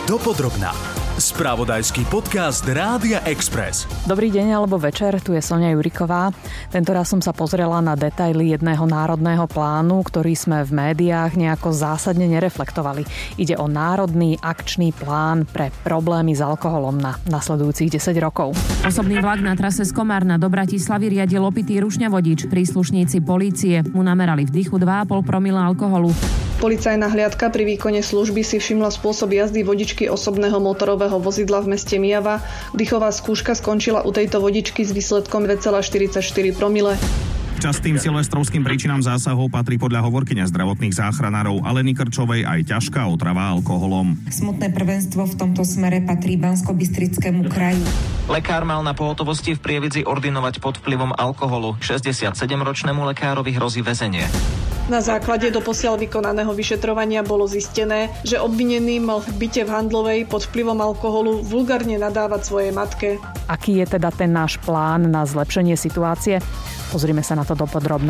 Dopodrobná. Spravodajský podcast Rádia Express. Dobrý deň alebo večer, tu je Soňa Juriková. Tentoraz som sa pozrela na detaily jedného národného plánu, ktorý sme v médiách nejako zásadne nereflektovali. Ide o národný akčný plán pre problémy s alkoholom na nasledujúcich 10 rokov. Osobný vlak na trase z Komárna do Bratislavy riadil opitý rušňavodič. Príslušníci polície mu namerali v dychu 2,5 promila alkoholu. Policajná hliadka pri výkone služby si všimla spôsob jazdy vodičky osobného motorového vozidla v meste Myjava. Dýchová skúška skončila u tejto vodičky s výsledkom 2,44 promile. Častým silvestrovským príčinám zásahov patrí podľa hovorkyne zdravotných záchranárov Aleny Krčovej aj ťažká otrava alkoholom. Smutné prvenstvo v tomto smere patrí Banskobystrickému kraju. Lekár mal na pohotovosti v Prievidzi ordinovať pod vplyvom alkoholu. 67-ročnému lekárovi hrozí väzenie. Na základe doposiaľ vykonaného vyšetrovania bolo zistené, že obvinený mal v byte v Handlovej pod vplyvom alkoholu vulgárne nadávať svojej matke. Aký je teda ten náš plán na zlepšenie situácie? Pozrime sa na to dopodrobna.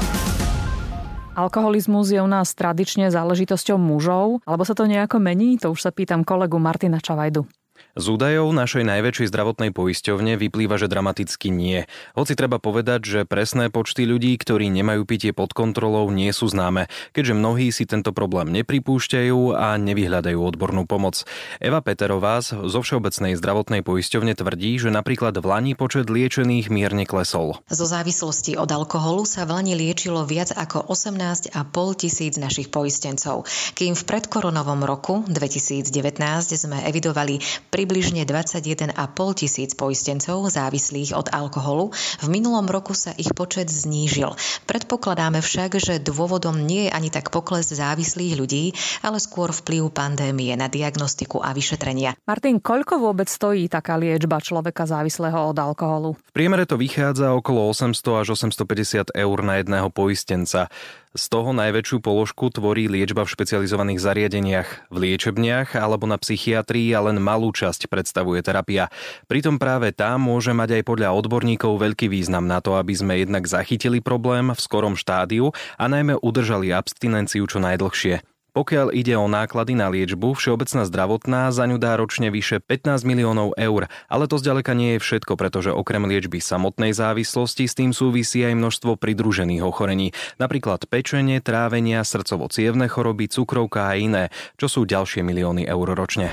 Alkoholizmus je u nás tradične záležitosťou mužov, alebo sa to nejako mení? To už sa pýtam kolegu Martina Čavajdu. Z údajov našej najväčšej zdravotnej poisťovne vyplýva, že dramaticky nie. Hoci treba povedať, že presné počty ľudí, ktorí nemajú pitie pod kontrolou, nie sú známe, keďže mnohí si tento problém nepripúšťajú a nevyhľadajú odbornú pomoc. Eva Peterová zo Všeobecnej zdravotnej poisťovne tvrdí, že napríklad v lani počet liečených mierne klesol. Zo závislosti od alkoholu sa v lani liečilo viac ako 18 500 našich poistencov, kým v predkoronovom roku 2019 sme evidovali približne 21 500 poistencov závislých od alkoholu. V minulom roku sa ich počet znížil. Predpokladáme však, že dôvodom nie je ani tak pokles závislých ľudí, ale skôr vplyv pandémie na diagnostiku a vyšetrenia. Martin, koľko vôbec stojí taká liečba človeka závislého od alkoholu? V priemere to vychádza okolo 800 až 850 eur na jedného poistenca. Z toho najväčšiu položku tvorí liečba v špecializovaných zariadeniach. V liečebniach alebo na psychiatrii a len malú časť predstavuje terapia. Pritom práve tá môže mať aj podľa odborníkov veľký význam na to, aby sme jednak zachytili problém v skorom štádiu a najmä udržali abstinenciu čo najdlhšie. Pokiaľ ide o náklady na liečbu, Všeobecná zdravotná za ňu dá ročne vyše 15 miliónov eur, ale to zďaleka nie je všetko, pretože okrem liečby samotnej závislosti s tým súvisí aj množstvo pridružených ochorení, napríklad pečenie, trávenia, srdcovo-cievne choroby, cukrovka a iné, čo sú ďalšie milióny eur ročne.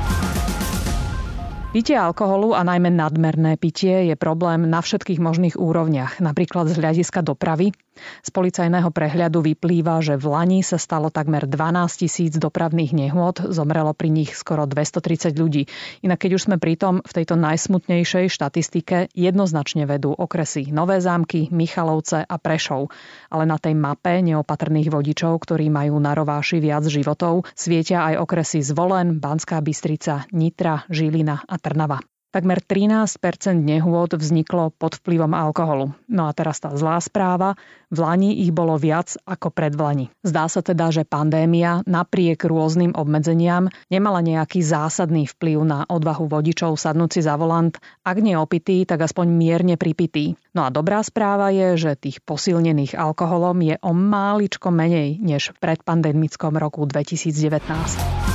Pitie alkoholu a najmä nadmerné pitie je problém na všetkých možných úrovniach, napríklad z hľadiska dopravy. Z policajného prehľadu vyplýva, že v lani sa stalo takmer 12 000 dopravných nehôd, zomrelo pri nich skoro 230 ľudí. Inak keď už sme pri tom, v tejto najsmutnejšej štatistike jednoznačne vedú okresy Nové Zámky, Michalovce a Prešov. Ale na tej mape neopatrných vodičov, ktorí majú na rováši viac životov, svietia aj okresy Zvolen, Banská Bystrica, Nitra, Žilina a Trnava. Takmer 13% nehôd vzniklo pod vplyvom alkoholu. No a teraz tá zlá správa, v lani ich bolo viac ako predvlani. Zdá sa teda, že pandémia napriek rôznym obmedzeniam nemala nejaký zásadný vplyv na odvahu vodičov sadnúť si za volant, ak nie opitý, tak aspoň mierne pripitý. No a dobrá správa je, že tých posilnených alkoholom je o máličko menej než v predpandemickom roku 2019.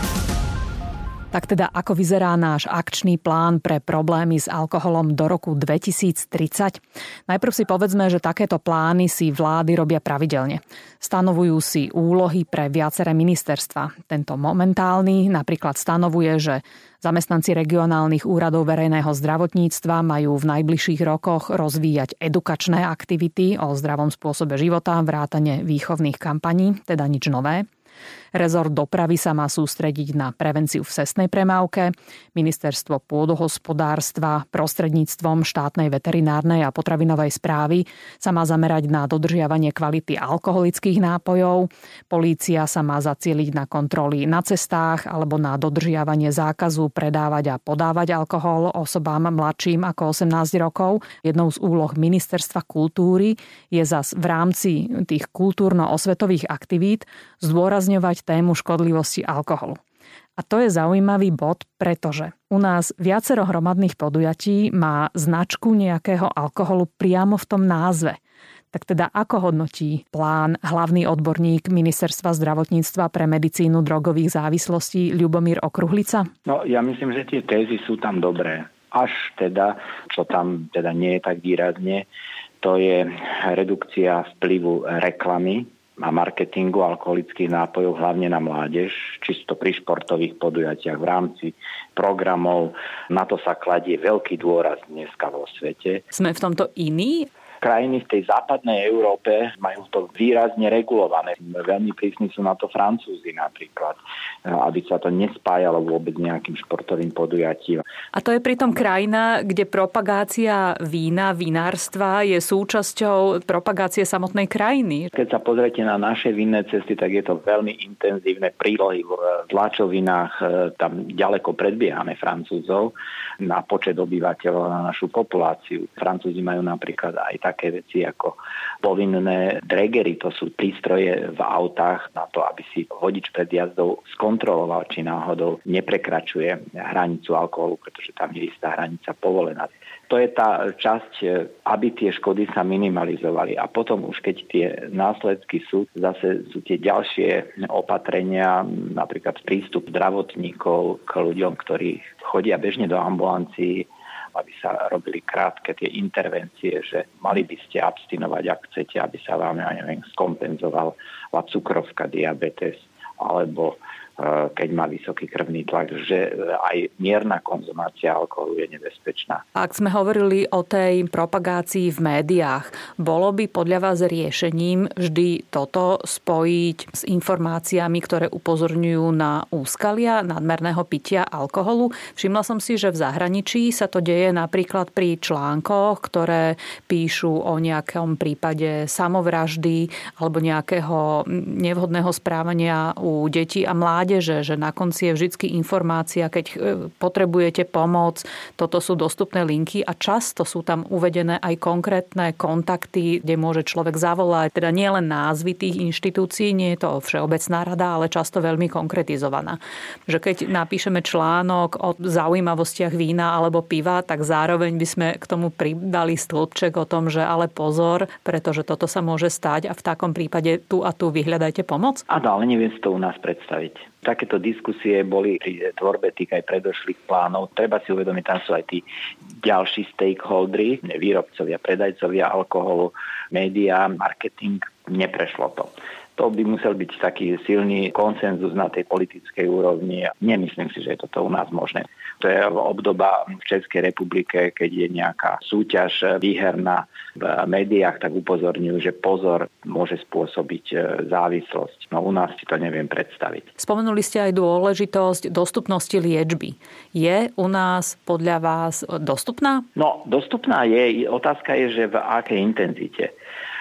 Tak teda, ako vyzerá náš akčný plán pre problémy s alkoholom do roku 2030? Najprv si povedzme, že takéto plány si vlády robia pravidelne. Stanovujú si úlohy pre viaceré ministerstva. Tento momentálny napríklad stanovuje, že zamestnanci regionálnych úradov verejného zdravotníctva majú v najbližších rokoch rozvíjať edukačné aktivity o zdravom spôsobe života, vrátane výchovných kampaní, teda nič nové. Rezort dopravy sa má sústrediť na prevenciu v cestnej premávke. Ministerstvo pôdohospodárstva prostredníctvom štátnej veterinárnej a potravinovej správy sa má zamerať na dodržiavanie kvality alkoholických nápojov. Polícia sa má zacieliť na kontroly na cestách alebo na dodržiavanie zákazu predávať a podávať alkohol osobám mladším ako 18 rokov. Jednou z úloh Ministerstva kultúry je zas v rámci tých kultúrno-osvetových aktivít zdôrazňovať tému škodlivosti alkoholu. A to je zaujímavý bod, pretože u nás viacero hromadných podujatí má značku nejakého alkoholu priamo v tom názve. Tak teda ako hodnotí plán hlavný odborník Ministerstva zdravotníctva pre medicínu drogových závislostí Ľubomír Okruhlica? No, ja myslím, že tie tézy sú tam dobré. Až teda, čo tam teda nie je tak výrazne, to je redukcia vplyvu reklamy a marketingu alkoholických nápojov, hlavne na mládež, čisto pri športových podujatiach v rámci programov. Na to sa kladie veľký dôraz dneska vo svete. Sme v tomto iní? Krajiny v tej západnej Európe majú to výrazne regulované. Veľmi prísni sú na to Francúzi napríklad, aby sa to nespájalo vôbec nejakým športovým podujatím. A to je pritom krajina, kde propagácia vína, vinárstva je súčasťou propagácie samotnej krajiny. Keď sa pozriete na naše vinné cesty, tak je to veľmi intenzívne. Prílohy v tlačovinách, tam ďaleko predbiehame Francúzov na počet obyvateľov, na našu populáciu. Francúzi majú napríklad aj také veci ako povinné dregery, to sú prístroje v autách na to, aby si vodič pred jazdou skontroloval, či náhodou neprekračuje hranicu alkoholu, pretože tam je istá hranica povolená. To je tá časť, aby tie škody sa minimalizovali. A potom už keď tie následky sú, zase sú tie ďalšie opatrenia, napríklad prístup zdravotníkov k ľuďom, ktorí chodia bežne do ambulancií, aby sa robili krátke tie intervencie, že mali by ste abstinovať, ak chcete, aby sa vám, skompenzovala cukrovka, diabetes, alebo keď má vysoký krvný tlak, že aj mierna konzumácia alkoholu je nebezpečná. Ak sme hovorili o tej propagácii v médiách, bolo by podľa vás riešením vždy toto spojiť s informáciami, ktoré upozorňujú na úskalia nadmerného pitia alkoholu? Všimla som si, že v zahraničí sa to deje napríklad pri článkoch, ktoré píšu o nejakom prípade samovraždy alebo nejakého nevhodného správania u detí a mládeže, že na konci je vždy informácia, keď potrebujete pomoc, toto sú dostupné linky a často sú tam uvedené aj konkrétne kontakty, kde môže človek zavolať. Teda nie len názvy tých inštitúcií, nie je to všeobecná rada, ale často veľmi konkretizovaná. Že keď napíšeme článok o zaujímavostiach vína alebo piva, tak zároveň by sme k tomu pridali stĺpček o tom, že ale pozor, pretože toto sa môže stať a v takom prípade tu a tu vyhľadajte pomoc? Áno, ale neviem si to u nás predstaviť. Takéto diskusie boli pri tvorbe tých aj predošlých plánov. Treba si uvedomiť, tam sú aj tí ďalší stakeholdery, výrobcovia, predajcovia alkoholu, médiá, marketing. Neprešlo to. To by musel byť taký silný konsenzus na tej politickej úrovni. Nemyslím si, že je toto u nás možné. To je obdoba v Českej republike, keď je nejaká súťaž výherná v médiách, tak upozorňujú, že pozor môže spôsobiť závislosť. No u nás si to neviem predstaviť. Spomenuli ste aj dôležitosť dostupnosti liečby. Je u nás podľa vás dostupná? No, dostupná je. Otázka je, že v akej intenzite.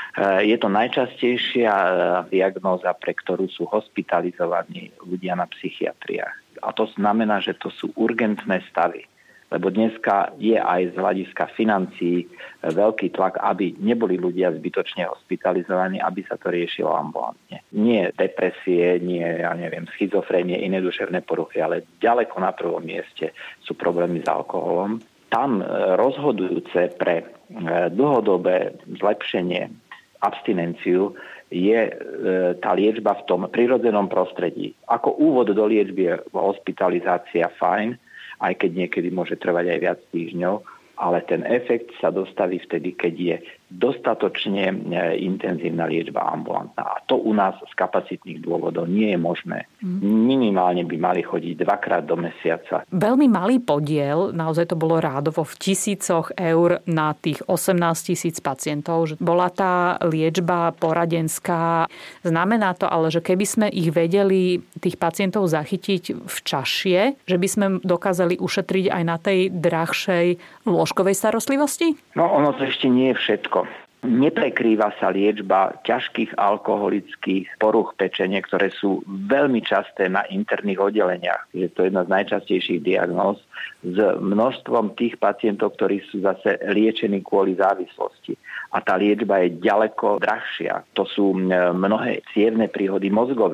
Je to najčastejšia diagnóza, pre ktorú sú hospitalizovaní ľudia na psychiatriách. A to znamená, že to sú urgentné stavy. Lebo dneska je aj z hľadiska financií veľký tlak, aby neboli ľudia zbytočne hospitalizovaní, aby sa to riešilo ambulantne. Nie depresie, nie, schizofrénie, iné duševné poruchy, ale ďaleko na prvom mieste sú problémy s alkoholom. Tam rozhodujúce pre dlhodobé zlepšenie abstinenciu je tá liečba v tom prirodzenom prostredí. Ako úvod do liečby je hospitalizácia fajn, aj keď niekedy môže trvať aj viac týždňov, ale ten efekt sa dostaví vtedy, keď je dostatočne intenzívna liečba ambulantná. A to u nás z kapacitných dôvodov nie je možné. Minimálne by mali chodiť 2-krát do mesiaca. Veľmi malý podiel, naozaj to bolo rádovo v tisícoch eur na tých 18 000 pacientov. Bola tá liečba poradenská. Znamená to ale, že keby sme ich vedeli, tých pacientov zachytiť včasšie, že by sme dokázali ušetriť aj na tej drahšej lôžkovej starostlivosti? No ono to ešte nie je všetko. Neprekrýva sa liečba ťažkých alkoholických porúch pečene, ktoré sú veľmi časté na interných oddeleniach. Je to jedna z najčastejších diagnóz s množstvom tých pacientov, ktorí sú zase liečení kvôli závislosti. A tá liečba je ďaleko drahšia. To sú mnohé cievne príhody mozgové,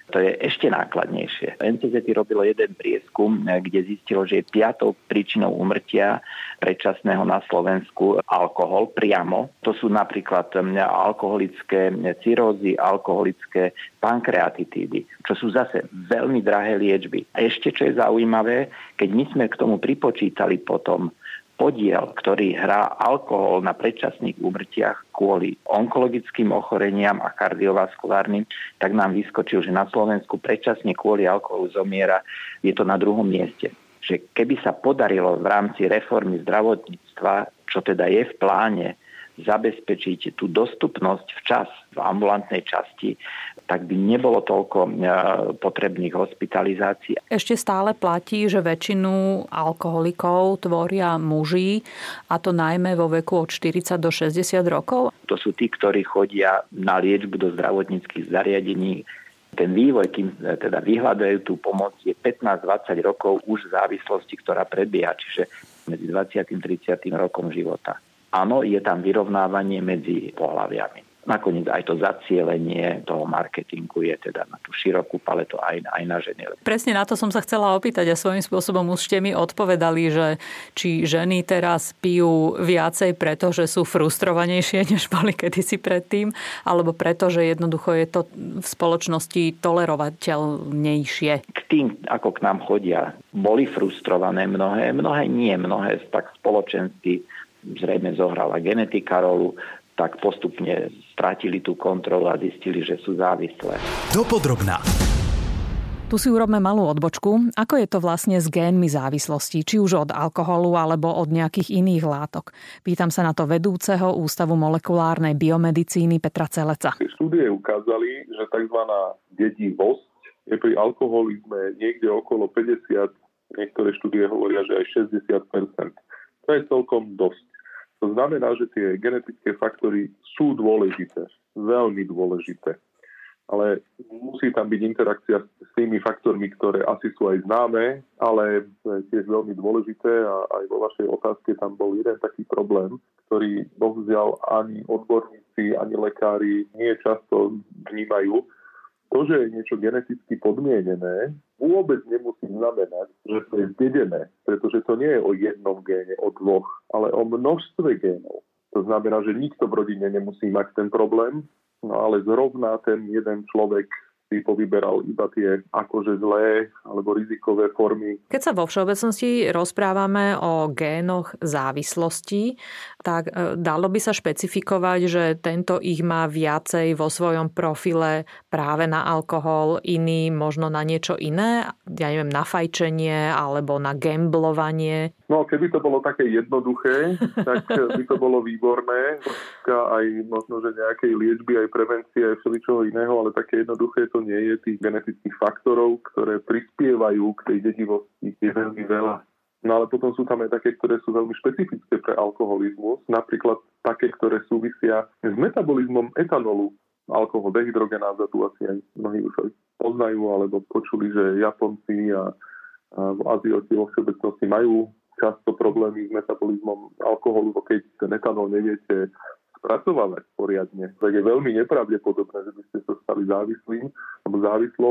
To je ešte nákladnejšie. NCZ robilo jeden prieskum, kde zistilo, že je 5. príčinou úmrtia predčasného na Slovensku alkohol priamo. To sú napríklad alkoholické cirózy, alkoholické pankreatitídy, čo sú zase veľmi drahé liečby. A ešte, čo je zaujímavé, keď my sme k tomu pripočítali potom podiel, ktorý hrá alkohol na predčasných úmrtiach kvôli onkologickým ochoreniam a kardiovaskulárnym, tak nám vyskočil, že na Slovensku predčasne kvôli alkoholu zomiera, je to na 2. mieste. Že keby sa podarilo v rámci reformy zdravotníctva, čo teda je v pláne, zabezpečiť tú dostupnosť včas v ambulantnej časti, tak by nebolo toľko potrebných hospitalizácií. Ešte stále platí, že väčšinu alkoholikov tvoria muži, a to najmä vo veku od 40 do 60 rokov. To sú tí, ktorí chodia na liečbu do zdravotníckych zariadení. Ten vývoj, kým teda vyhľadajú tú pomoc, je 15-20 rokov už v závislosti, ktorá prebieha, čiže medzi 20. a 30. rokom života. Áno, je tam vyrovnávanie medzi pohlaviami. Nakoniec aj to zacielenie toho marketingu je teda na tú širokú paletu aj na ženy. Presne na to som sa chcela opýtať a svojím spôsobom už ste mi odpovedali, že či ženy teraz pijú viacej preto, že sú frustrovanejšie, než boli kedysi predtým, alebo preto, že jednoducho je to v spoločnosti tolerovateľnejšie. K tým, ako k nám chodia, boli frustrované mnohé nie, mnohé tak spoločensky zrejme zohrala genetika rolu, tak postupne stratili tú kontrolu a zistili, že sú závislé. Dopodrobná. Tu si urobme malú odbočku. Ako je to vlastne s génmi závislosti, či už od alkoholu alebo od nejakých iných látok? Pýtam sa na to vedúceho Ústavu molekulárnej biomedicíny Petra Celeca. Štúdie ukázali, že tzv. Dedivosť je pri alkoholizme niekde okolo 50, niektoré štúdie hovoria, že aj 60%. To je celkom dosť. To znamená, že tie genetické faktory sú dôležité, veľmi dôležité. Ale musí tam byť interakcia s tými faktormi, ktoré asi sú aj známe, ale to je tiež veľmi dôležité a aj vo vašej otázke tam bol jeden taký problém, ktorý bohužiaľ ani odborníci, ani lekári nie často vnímajú. To, že je niečo geneticky podmienené, vôbec nemusí znamenať, že to je zdedené, pretože to nie je o jednom géne, o 2, ale o množstve génov. To znamená, že nikto v rodine nemusí mať ten problém, no ale zrovna ten jeden človek si povyberal iba tie akože zlé alebo rizikové formy. Keď sa vo všeobecnosti rozprávame o génoch závislosti, tak dalo by sa špecifikovať, že tento ich má viacej vo svojom profile práve na alkohol, iný možno na niečo iné, ja neviem, na fajčenie alebo na gamblovanie. No, keby to bolo také jednoduché, tak by to bolo výborné. Aj možno, že nejakej liečby, aj prevencie, aj všeličoho iného, ale také jednoduché to nie je. Tých genetických faktorov, ktoré prispievajú k tej dedivosti, je veľmi veľa. No ale potom sú tam aj také, ktoré sú veľmi špecifické pre alkoholizmus, napríklad také, ktoré súvisia s metabolizmom etanolu. Alkohol, dehydrogenáza, tu asi aj mnohí už poznajú, alebo počuli, že Japonci a v Azioti vo všeobecnosti majú často problémy s metabolizmom alkoholu, keď ten etanol neviete spracovávať poriadne. Tak je veľmi nepravdepodobné, že by ste sa stali závislým alebo závislou,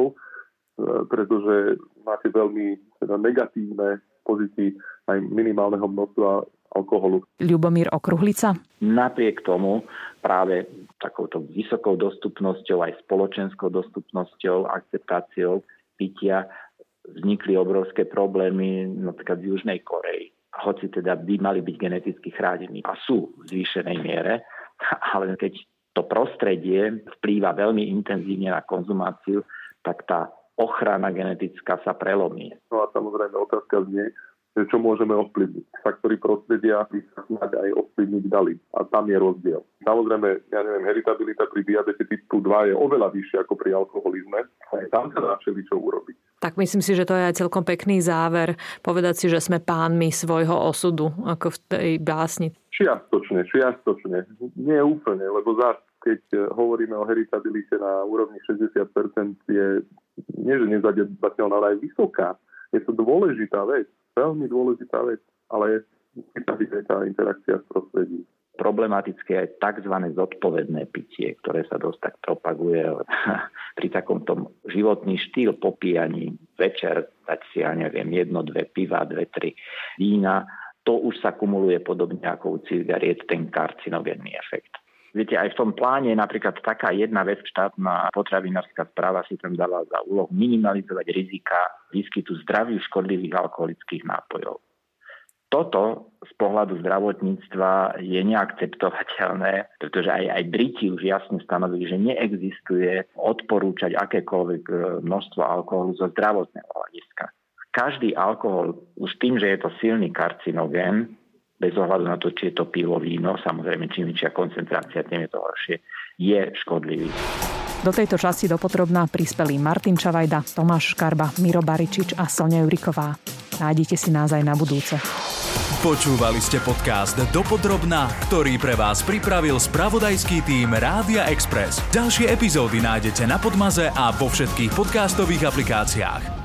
pretože máte veľmi negatívne pozície aj minimálneho množstva alkoholu. Ľubomír Okruhlica. Napriek tomu práve takouto vysokou dostupnosťou, aj spoločenskou dostupnosťou, akceptáciou pitia vznikli obrovské problémy napríklad v Južnej Koreji. Hoci teda by mali byť geneticky chránení a sú v zvýšenej miere, ale keď to prostredie vplýva veľmi intenzívne na konzumáciu, tak tá ochrana genetická sa prelomí. No a samozrejme otázka znie, čo môžeme ovplyvniť. Faktory prostredia by sa snáď aj ovplyvniť dali. A tam je rozdiel. Samozrejme, heritabilita pri diabete typu 2 je oveľa vyššia ako pri alkoholizme. Aj tam sa dá všeličo urobiť. Tak myslím si, že to je aj celkom pekný záver. Povedať si, že sme pánmi svojho osudu, ako v tej básni. Čiastočne. Nie úplne, lebo keď hovoríme o heritabilite na úrovni 60%, je nie že nezanedbateľná, ale aj vysoká. Je to dôležitá vec. Veľmi dôležitá vec, ale musí tam byť tá interakcia s prostredím. problematické aj tzv. Zodpovedné pitie, ktoré sa dosť tak propaguje pri takomto životný štýl popíjaní večer, dať si, ja neviem, 1-2 piva, 2-3 vína. To už sa kumuluje podobne ako u cigariet, ten karcinogénny efekt. Viete, aj v tom pláne napríklad taká jedna vec, štátna potravinárska správa si tam dala za úlohu minimalizovať rizika výskytu zdraviu škodlivých alkoholických nápojov. Toto z pohľadu zdravotníctva je neakceptovateľné, pretože aj Briti už jasne stanovili, že neexistuje odporúčať akékoľvek množstvo alkoholu zo zdravotného hľadiska. Každý alkohol, už tým, že je to silný karcinogén, bez ohľadu na to, či je to pivo, víno, samozrejme, čím väčšia koncentrácia, tým je to horšie, je škodlivý. Do tejto časti dopodrobná prispeli Martin Čavajda, Tomáš Škarba, Miro Baričič a Soňa Juriková. Nájdite si nás aj na budúce. Počúvali ste podcast Dopodrobna, ktorý pre vás pripravil spravodajský tím Rádia Express. Ďalšie epizódy nájdete na Podmaze a vo všetkých podcastových aplikáciách.